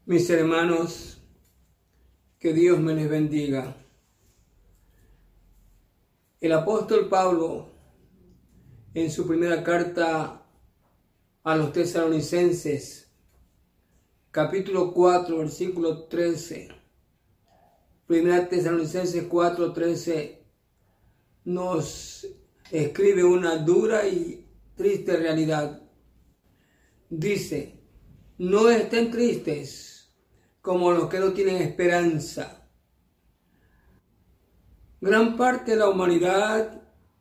Mis hermanos, que Dios me les bendiga. El apóstol Pablo, en su primera carta a los tesalonicenses, capítulo 4, versículo 13, primera Tesalonicenses 4, 13, nos escribe una dura y triste realidad. Dice: no estén tristes como los que no tienen esperanza. Gran parte de la humanidad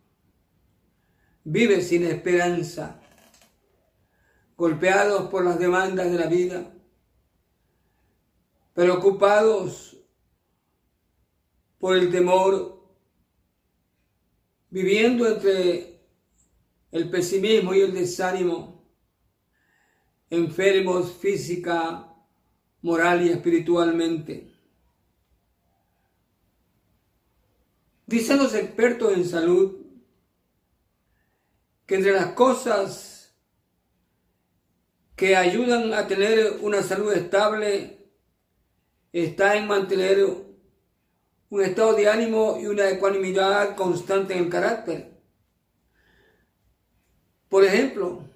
vive sin esperanza, golpeados por las demandas de la vida, preocupados por el temor, viviendo entre el pesimismo y el desánimo, enfermos física, moral y espiritualmente. Dicen los expertos en salud que entre las cosas que ayudan a tener una salud estable está en mantener un estado de ánimo y una ecuanimidad constante en el carácter. Por ejemplo,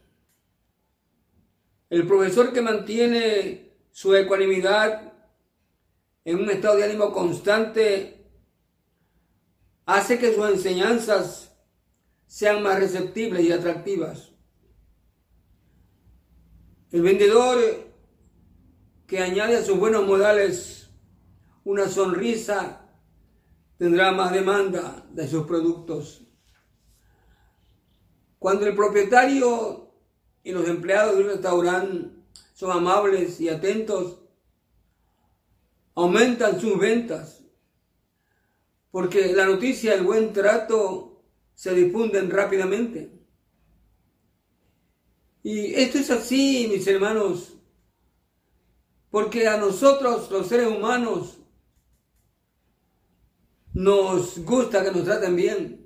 el profesor que mantiene su ecuanimidad en un estado de ánimo constante hace que sus enseñanzas sean más receptibles y atractivas. El vendedor que añade a sus buenos modales una sonrisa tendrá más demanda de sus productos. Cuando el propietario y los empleados de un restaurante son amables y atentos, aumentan sus ventas, porque la noticia del buen trato se difunden rápidamente. Y esto es así, mis hermanos, porque a nosotros, los seres humanos, nos gusta que nos traten bien.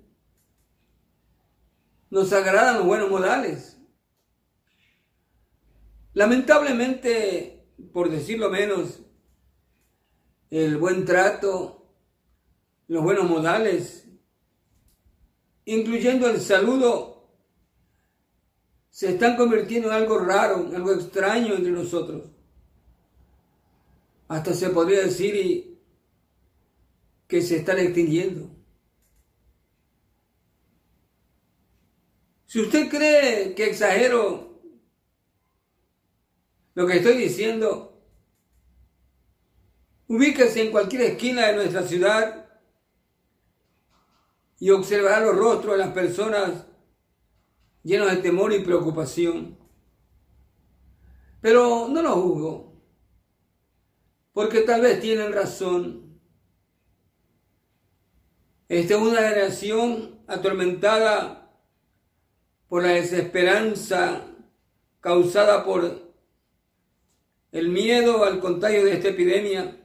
Nos agradan los buenos modales. Lamentablemente, por decirlo menos, el buen trato, los buenos modales, incluyendo el saludo, se están convirtiendo en algo raro, en algo extraño entre nosotros. Hasta se podría decir que se están extinguiendo. Si usted cree que exagero lo que estoy diciendo, ubíquese en cualquier esquina de nuestra ciudad y observará los rostros de las personas llenos de temor y preocupación. Pero no lo juzgo, porque tal vez tienen razón. Esta es una generación atormentada por la desesperanza causada por el miedo al contagio de esta epidemia,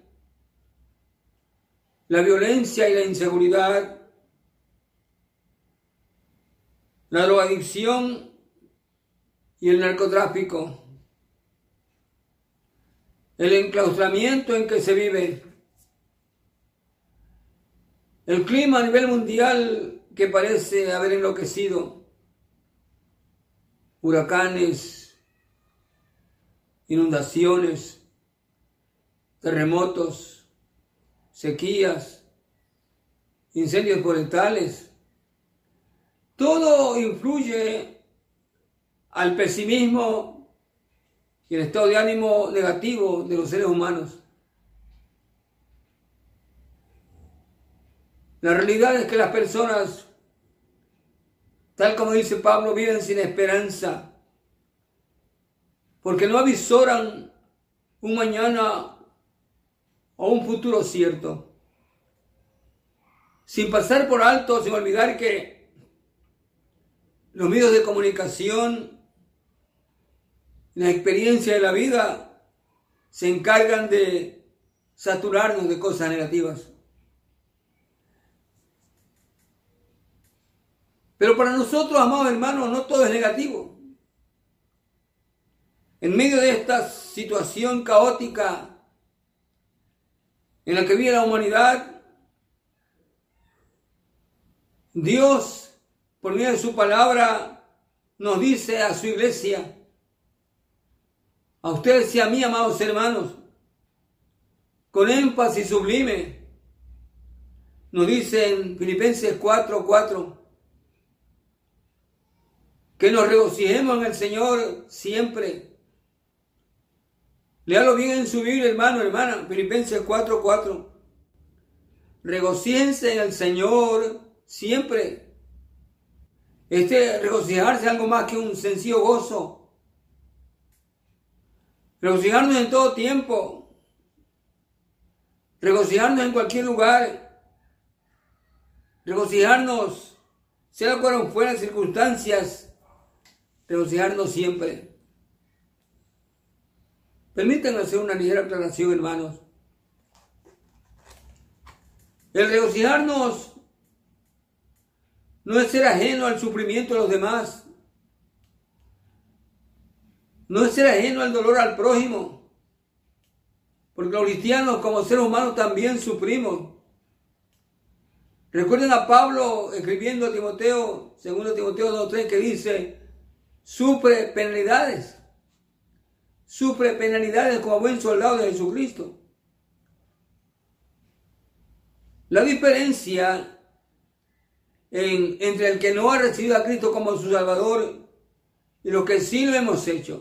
la violencia y la inseguridad, la drogadicción y el narcotráfico, el enclaustramiento en que se vive, el clima a nivel mundial que parece haber enloquecido, huracanes, inundaciones, terremotos, sequías, incendios forestales. Todo influye al pesimismo y el estado de ánimo negativo de los seres humanos. La realidad es que las personas, tal como dice Pablo, viven sin esperanza, porque no avisoran un mañana o un futuro cierto, sin pasar por alto, sin olvidar que los medios de comunicación, la experiencia de la vida, se encargan de saturarnos de cosas negativas. Pero para nosotros, amados hermanos, no todo es negativo. En medio de estas situación caótica en la que vive la humanidad, Dios, por medio de su palabra, nos dice a su iglesia, a ustedes y a mí, amados hermanos, con énfasis sublime, nos dice en Filipenses 4:4, que nos regocijemos en el Señor siempre. Léalo bien en su Biblia, hermano, hermana, Filipenses 4:4. Regocíjense en el Señor siempre. Regocijarse es algo más que un sencillo gozo. Regocijarnos en todo tiempo. Regocijarnos en cualquier lugar. Regocijarnos, sea cual fueran las circunstancias, regocijarnos siempre. Permítanme hacer una ligera aclaración, hermanos. El regocijarnos no es ser ajeno al sufrimiento de los demás. No es ser ajeno al dolor al prójimo. Porque los cristianos como seres humanos también sufrimos. Recuerden a Pablo escribiendo a Timoteo, 2 Timoteo 2:3, que dice, sufre penalidades como buen soldado de Jesucristo. La diferencia entre el que no ha recibido a Cristo como su Salvador y los que sí lo hemos hecho.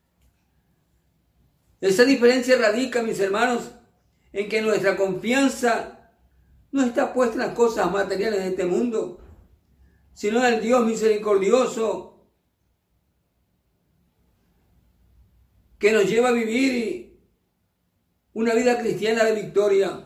Esa diferencia radica, mis hermanos, en que nuestra confianza no está puesta en las cosas materiales de este mundo, sino en el Dios misericordioso que nos lleva a vivir una vida cristiana de victoria.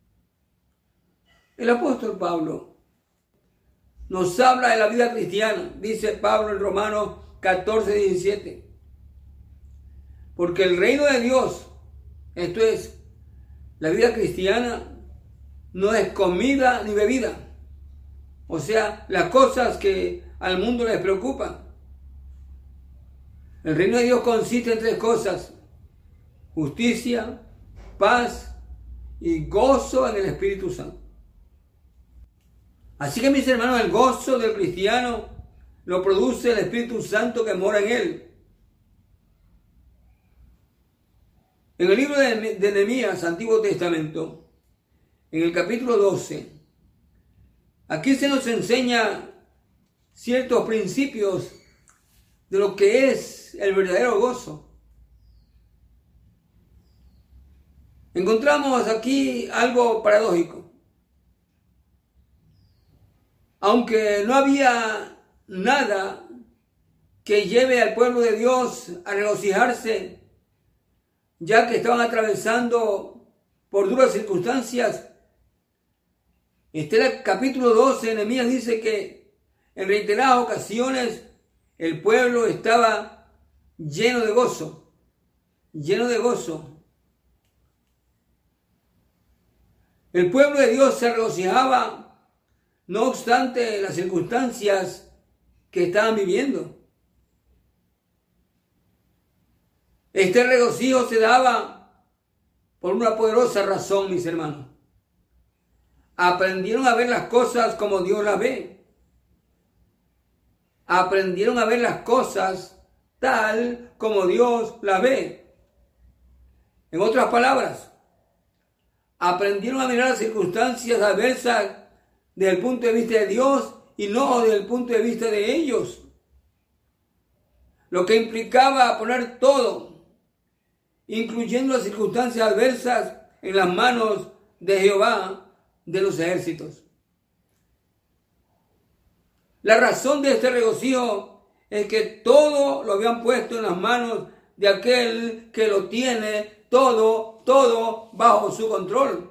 El apóstol Pablo nos habla de la vida cristiana, dice Pablo en Romanos 14:17. Porque el reino de Dios, esto es, la vida cristiana, no es comida ni bebida. O sea, las cosas que al mundo les preocupan. El reino de Dios consiste en 3 cosas: justicia, paz y gozo en el Espíritu Santo. Así que, mis hermanos, el gozo del cristiano lo produce el Espíritu Santo que mora en él. En el libro de Nehemías, Antiguo Testamento, en el capítulo 12, aquí se nos enseña ciertos principios de lo que es el verdadero gozo. Encontramos aquí algo paradójico. Aunque no había nada que lleve al pueblo de Dios a regocijarse, ya que estaban atravesando por duras circunstancias, el capítulo 12 de Nehemías dice que en reiteradas ocasiones el pueblo estaba lleno de gozo, lleno de gozo. El pueblo de Dios se regocijaba no obstante las circunstancias que estaban viviendo. Este regocijo se daba por una poderosa razón, mis hermanos. Aprendieron a ver las cosas como Dios las ve. Aprendieron a ver las cosas tal como Dios las ve. En otras palabras, aprendieron a mirar las circunstancias adversas desde el punto de vista de Dios y no desde el punto de vista de ellos. Lo que implicaba poner todo, incluyendo las circunstancias adversas, en las manos de Jehová de los ejércitos. La razón de este regocijo es que todo lo habían puesto en las manos de aquel que lo tiene todo bajo su control.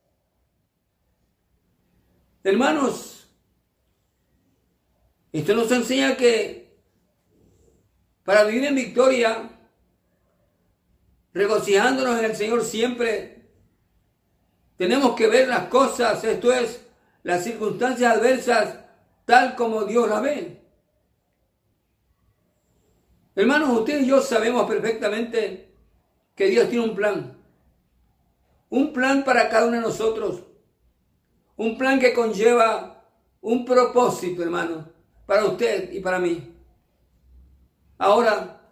Hermanos, esto nos enseña que para vivir en victoria, regocijándonos en el Señor siempre, tenemos que ver las cosas, esto es, las circunstancias adversas, tal como Dios las ve. Hermanos, ustedes y yo sabemos perfectamente que Dios tiene un plan para cada uno de nosotros, un plan que conlleva un propósito, hermano, para usted y para mí. Ahora,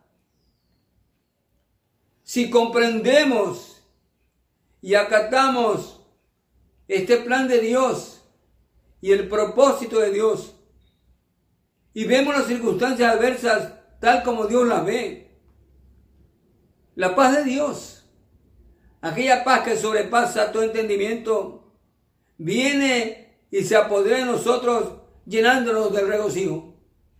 si comprendemos y acatamos este plan de Dios y el propósito de Dios, y vemos las circunstancias adversas tal como Dios las ve, la paz de Dios, aquella paz que sobrepasa todo entendimiento, viene y se apodera de nosotros llenándonos del regocijo.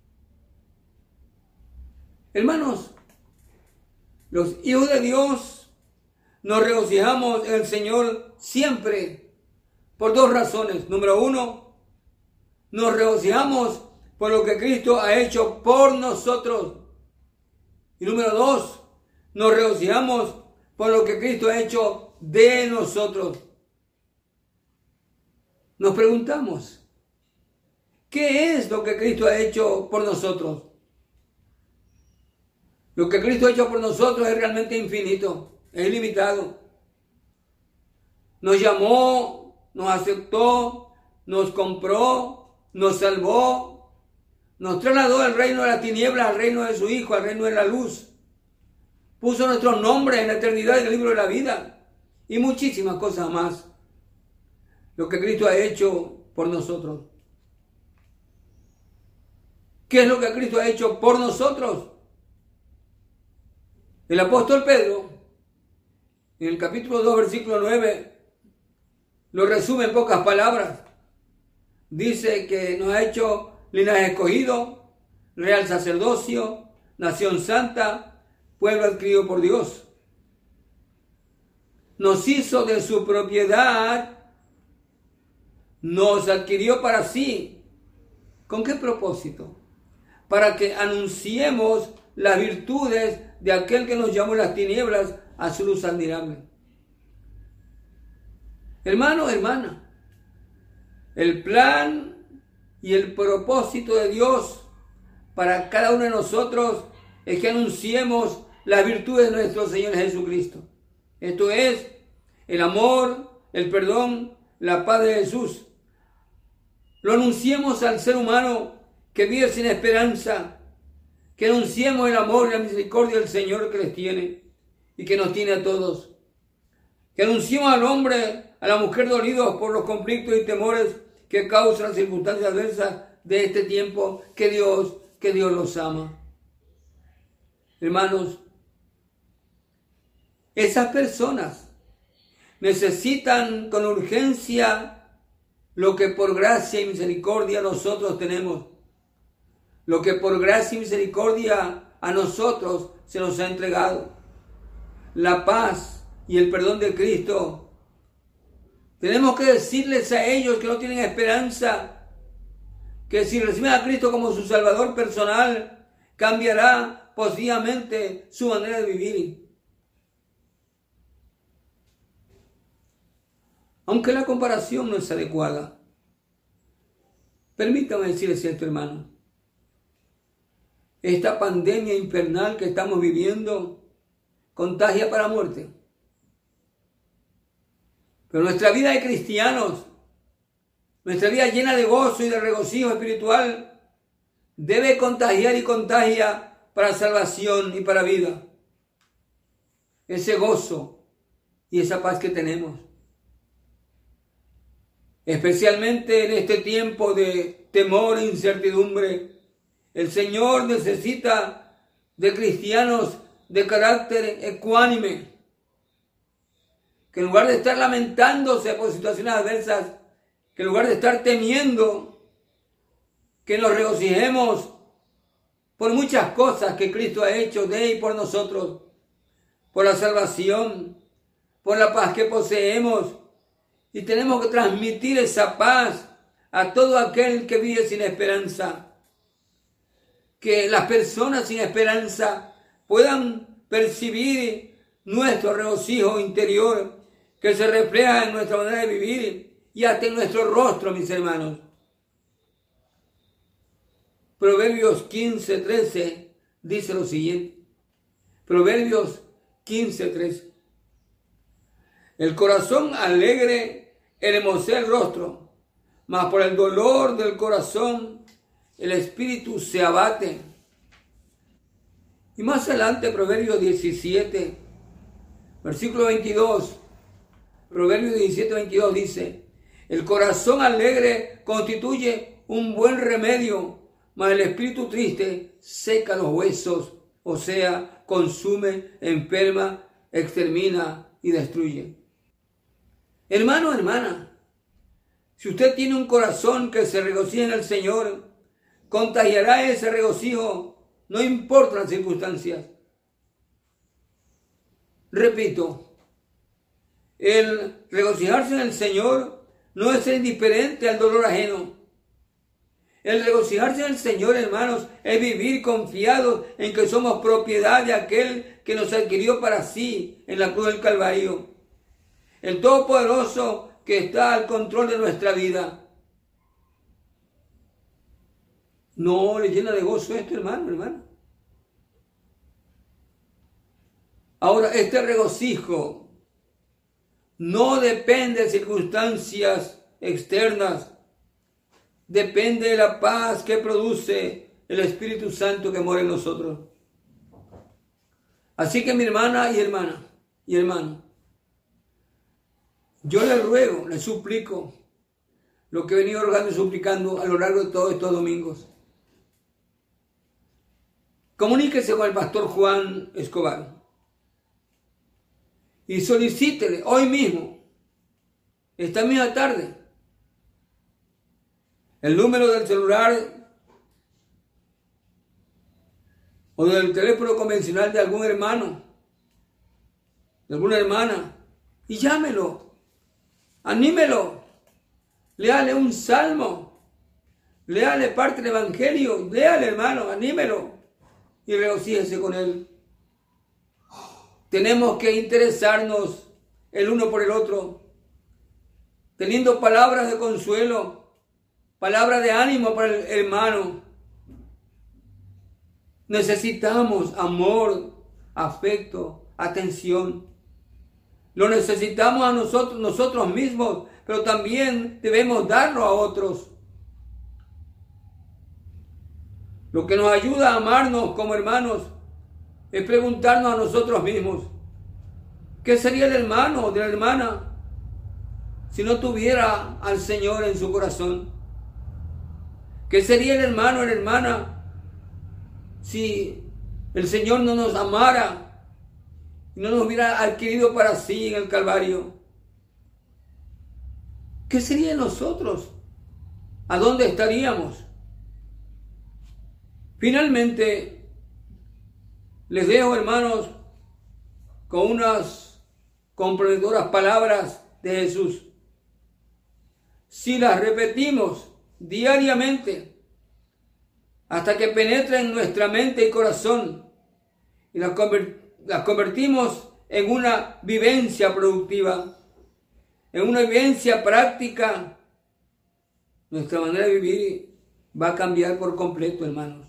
Hermanos, los hijos de Dios nos regocijamos en el Señor siempre por dos razones. Número uno, nos regocijamos por lo que Cristo ha hecho por nosotros. Y número dos, nos regocijamos por lo que Cristo ha hecho de nosotros. Nos preguntamos, ¿qué es lo que Cristo ha hecho por nosotros? Lo que Cristo ha hecho por nosotros es realmente infinito, es ilimitado. Nos llamó, nos aceptó, nos compró, nos salvó, nos trasladó del reino de la tiniebla al reino de su Hijo, al reino de la luz. Puso nuestros nombres en la eternidad en el libro de la vida y muchísimas cosas más. Lo que Cristo ha hecho por nosotros. ¿Qué es lo que Cristo ha hecho por nosotros? El apóstol Pedro, en el capítulo 2, versículo 9, lo resume en pocas palabras. Dice que nos ha hecho linaje escogido, real sacerdocio, nación santa, pueblo adquirido por Dios. Nos hizo de su propiedad, nos adquirió para sí. ¿Con qué propósito? Para que anunciemos las virtudes de aquel que nos llamó las tinieblas a su luz admirable. Hermano, hermana, el plan y el propósito de Dios para cada uno de nosotros es que anunciemos las virtudes de nuestro Señor Jesucristo. Esto es el amor, el perdón, la paz de Jesús. Lo anunciemos al ser humano que vive sin esperanza, que anunciemos el amor y la misericordia del Señor que les tiene y que nos tiene a todos. Que anunciemos al hombre, a la mujer dolidos por los conflictos y temores que causan las circunstancias adversas de este tiempo, que Dios los ama. Hermanos, esas personas necesitan con urgencia lo que por gracia y misericordia nosotros tenemos. Lo que por gracia y misericordia a nosotros se nos ha entregado. La paz y el perdón de Cristo. Tenemos que decirles a ellos que no tienen esperanza, que si reciben a Cristo como su Salvador personal, cambiará positivamente su manera de vivir. Aunque la comparación no es adecuada, permítanme decirles esto, hermano. Esta pandemia infernal que estamos viviendo contagia para muerte. Pero nuestra vida de cristianos, nuestra vida llena de gozo y de regocijo espiritual, debe contagiar y contagia para salvación y para vida. Ese gozo y esa paz que tenemos. Especialmente en este tiempo de temor e incertidumbre, el Señor necesita de cristianos de carácter ecuánime, que en lugar de estar lamentándose por situaciones adversas, que en lugar de estar temiendo, que nos regocijemos por muchas cosas que Cristo ha hecho de y por nosotros, por la salvación, por la paz que poseemos, y tenemos que transmitir esa paz a todo aquel que vive sin esperanza. Que las personas sin esperanza puedan percibir nuestro regocijo interior que se refleja en nuestra manera de vivir y hasta en nuestro rostro, mis hermanos. Proverbios 15:13 dice lo siguiente. Proverbios 15:13. El corazón alegre hermosea el rostro, mas por el dolor del corazón el espíritu se abate. Y más adelante, Proverbios 17, versículo 22, Proverbios 17, 22 dice: el corazón alegre constituye un buen remedio, mas el espíritu triste seca los huesos, o sea, consume, enferma, extermina y destruye. Hermano, hermana, si usted tiene un corazón que se regocija en el Señor, contagiará ese regocijo, no importa las circunstancias. Repito, el regocijarse en el Señor no es ser indiferente al dolor ajeno. El regocijarse en el Señor, hermanos, es vivir confiados en que somos propiedad de aquel que nos adquirió para sí en la cruz del Calvario. El Todopoderoso que está al control de nuestra vida. ¿No le llena de gozo esto, hermano? Ahora, este regocijo no depende de circunstancias externas. Depende de la paz que produce el Espíritu Santo que mora en nosotros. Así que mi hermana y hermano, yo le ruego, le suplico lo que he venido rogando y suplicando a lo largo de todos estos domingos. Comuníquese con el pastor Juan Escobar y solicítele hoy mismo, esta misma tarde, el número del celular o del teléfono convencional de algún hermano, de alguna hermana, y llámelo. Anímelo, léale un salmo, léale parte del evangelio, léale, hermano, anímelo y regocíjese con él. Tenemos que interesarnos el uno por el otro, teniendo palabras de consuelo, palabras de ánimo para el hermano. Necesitamos amor, afecto, atención. Lo necesitamos a nosotros mismos, pero también debemos darlo a otros. Lo que nos ayuda a amarnos como hermanos es preguntarnos a nosotros mismos: ¿qué sería el hermano o de la hermana si no tuviera al Señor en su corazón? ¿Qué sería el hermano o la hermana si el Señor no nos amara y no nos hubiera adquirido para sí en el Calvario? ¿Qué sería de nosotros? ¿A dónde estaríamos? Finalmente, les dejo, hermanos, con unas comprometedoras palabras de Jesús. Si las repetimos diariamente hasta que penetren en nuestra mente y corazón y las convertimos en una vivencia productiva, en una vivencia práctica, nuestra manera de vivir va a cambiar por completo, hermanos.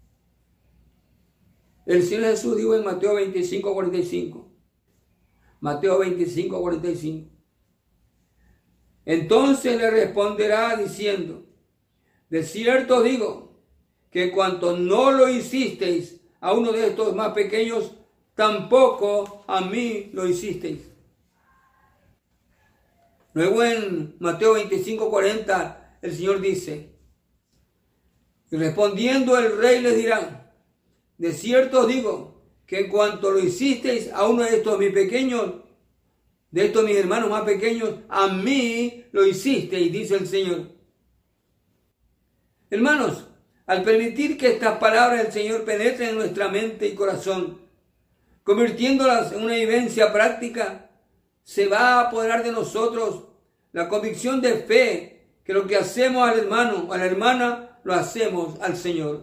El Señor Jesús dijo en Mateo 25:45. Mateo 25:45. Entonces le responderá diciendo: de cierto os digo, que cuanto no lo hicisteis a uno de estos más pequeños, tampoco a mí lo hicisteis. Luego en Mateo 25:40 el Señor dice: y respondiendo el rey les dirá: de cierto os digo, que en cuanto lo hicisteis a uno de estos mis pequeños, de estos mis hermanos más pequeños, a mí lo hicisteis, dice el Señor. Hermanos, al permitir que estas palabras del Señor penetren en nuestra mente y corazón, convirtiéndolas en una vivencia práctica, se va a apoderar de nosotros la convicción de fe que lo que hacemos al hermano o a la hermana lo hacemos al Señor.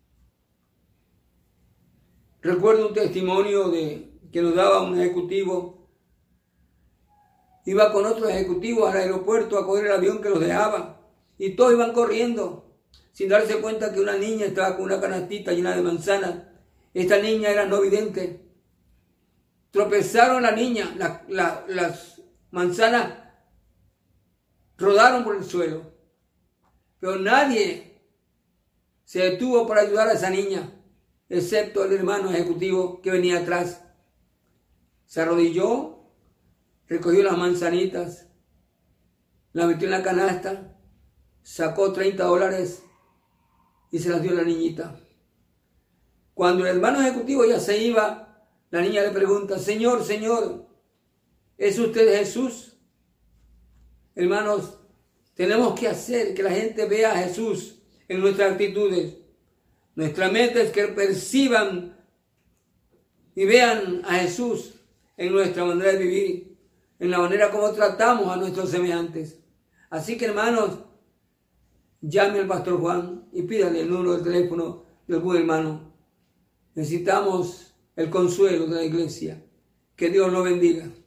Recuerdo un testimonio que nos daba un ejecutivo. Iba con otros ejecutivos al aeropuerto a coger el avión que los dejaba y todos iban corriendo sin darse cuenta que una niña estaba con una canastita llena de manzanas. Esta niña era no vidente. tropezaron la niña, las manzanas rodaron por el suelo, pero nadie se detuvo para ayudar a esa niña, excepto el hermano ejecutivo que venía atrás. Se arrodilló, recogió las manzanitas, la metió en la canasta, sacó $30 y se las dio a la niñita. Cuando el hermano ejecutivo ya se iba, la niña le pregunta: Señor, Señor, ¿es usted Jesús? Hermanos, tenemos que hacer que la gente vea a Jesús en nuestras actitudes. Nuestra meta es que perciban y vean a Jesús en nuestra manera de vivir, en la manera como tratamos a nuestros semejantes. Así que, hermanos, llame al pastor Juan y pídale el número del teléfono de algún hermano. Necesitamos el consuelo de la iglesia. Que Dios lo bendiga.